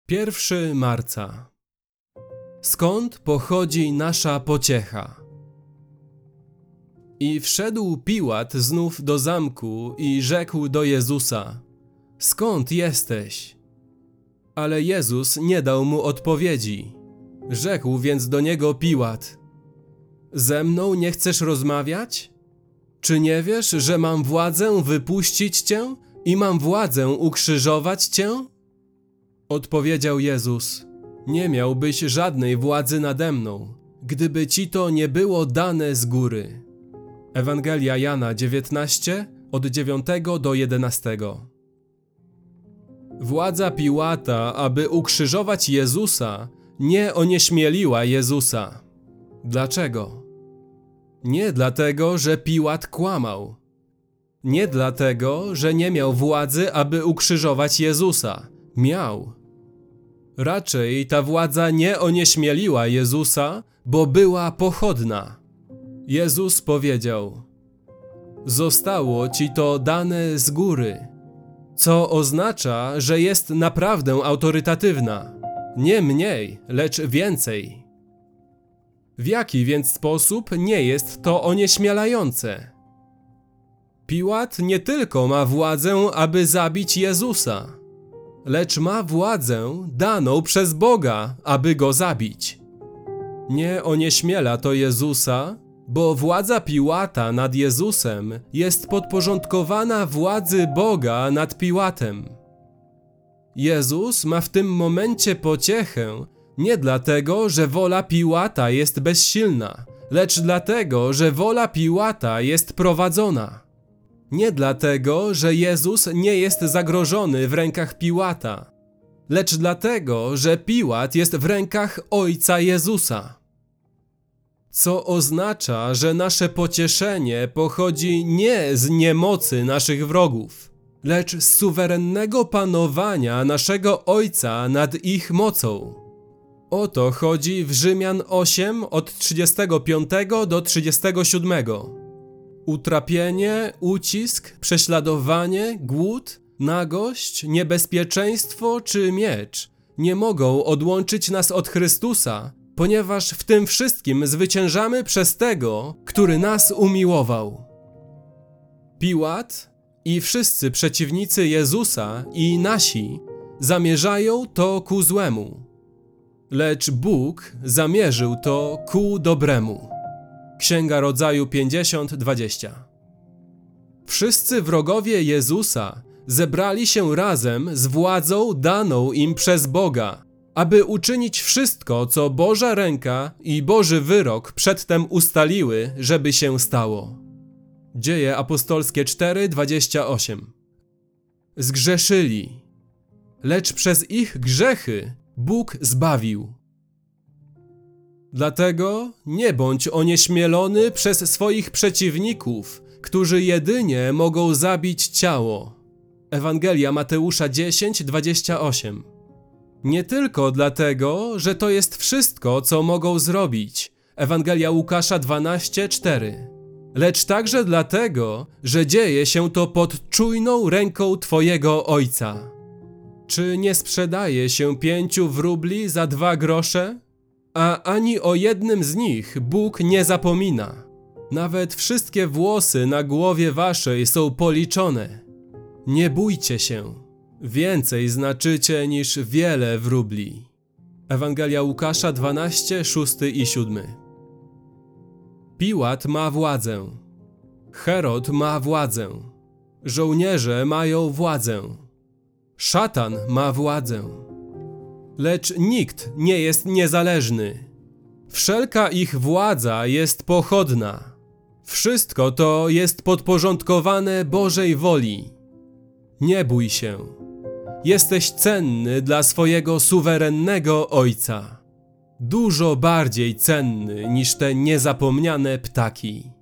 1 marca. Skąd pochodzi nasza pociecha? I wszedł Piłat znów do zamku i rzekł do Jezusa: skąd jesteś? Ale Jezus nie dał mu odpowiedzi. Rzekł więc do niego Piłat: ze mną nie chcesz rozmawiać? Czy nie wiesz, że mam władzę wypuścić cię i mam władzę ukrzyżować cię? Odpowiedział Jezus: nie miałbyś żadnej władzy nade mną, gdyby ci to nie było dane z góry. Ewangelia Jana 19, od 9 do 11. Władza Piłata, aby ukrzyżować Jezusa, nie onieśmieliła Jezusa. Dlaczego? Nie dlatego, że Piłat kłamał. Nie dlatego, że nie miał władzy, aby ukrzyżować Jezusa. Miał. Raczej ta władza nie onieśmieliła Jezusa, bo była pochodna. Jezus powiedział: zostało ci to dane z góry, co oznacza, że jest naprawdę autorytatywna. Nie mniej, lecz więcej. W jaki więc sposób nie jest to onieśmielające? Piłat nie tylko ma władzę, aby zabić Jezusa, lecz ma władzę daną przez Boga, aby go zabić. Nie onieśmiela to Jezusa, bo władza Piłata nad Jezusem jest podporządkowana władzy Boga nad Piłatem. Jezus ma w tym momencie pociechę nie dlatego, że wola Piłata jest bezsilna, lecz dlatego, że wola Piłata jest prowadzona. Nie dlatego, że Jezus nie jest zagrożony w rękach Piłata, lecz dlatego, że Piłat jest w rękach Ojca Jezusa. Co oznacza, że nasze pocieszenie pochodzi nie z niemocy naszych wrogów, lecz z suwerennego panowania naszego Ojca nad ich mocą. O to chodzi w Rzymian 8 od 35 do 37. Utrapienie, ucisk, prześladowanie, głód, nagość, niebezpieczeństwo czy miecz nie mogą odłączyć nas od Chrystusa, ponieważ w tym wszystkim zwyciężamy przez Tego, który nas umiłował. Piłat i wszyscy przeciwnicy Jezusa i nasi zamierzają to ku złemu, lecz Bóg zamierzył to ku dobremu. Księga Rodzaju 50:20. Wszyscy wrogowie Jezusa zebrali się razem z władzą daną im przez Boga, aby uczynić wszystko, co Boża ręka i Boży wyrok przedtem ustaliły, żeby się stało. Dzieje apostolskie 4:28. Zgrzeszyli, lecz przez ich grzechy Bóg zbawił. Dlatego nie bądź onieśmielony przez swoich przeciwników, którzy jedynie mogą zabić ciało. Ewangelia Mateusza 10:28. Nie tylko dlatego, że to jest wszystko, co mogą zrobić. Ewangelia Łukasza 12:4. Lecz także dlatego, że dzieje się to pod czujną ręką Twojego Ojca. Czy nie sprzedaje się 5 wróbli za 2 grosze? A ani o jednym z nich Bóg nie zapomina. Nawet wszystkie włosy na głowie waszej są policzone. Nie bójcie się. Więcej znaczycie niż wiele wróbli. Ewangelia Łukasza 12, 6 i 7. Piłat ma władzę. Herod ma władzę. Żołnierze mają władzę. Szatan ma władzę. Lecz nikt nie jest niezależny. Wszelka ich władza jest pochodna. Wszystko to jest podporządkowane Bożej woli. Nie bój się. Jesteś cenny dla swojego suwerennego Ojca. Dużo bardziej cenny niż te niezapomniane ptaki.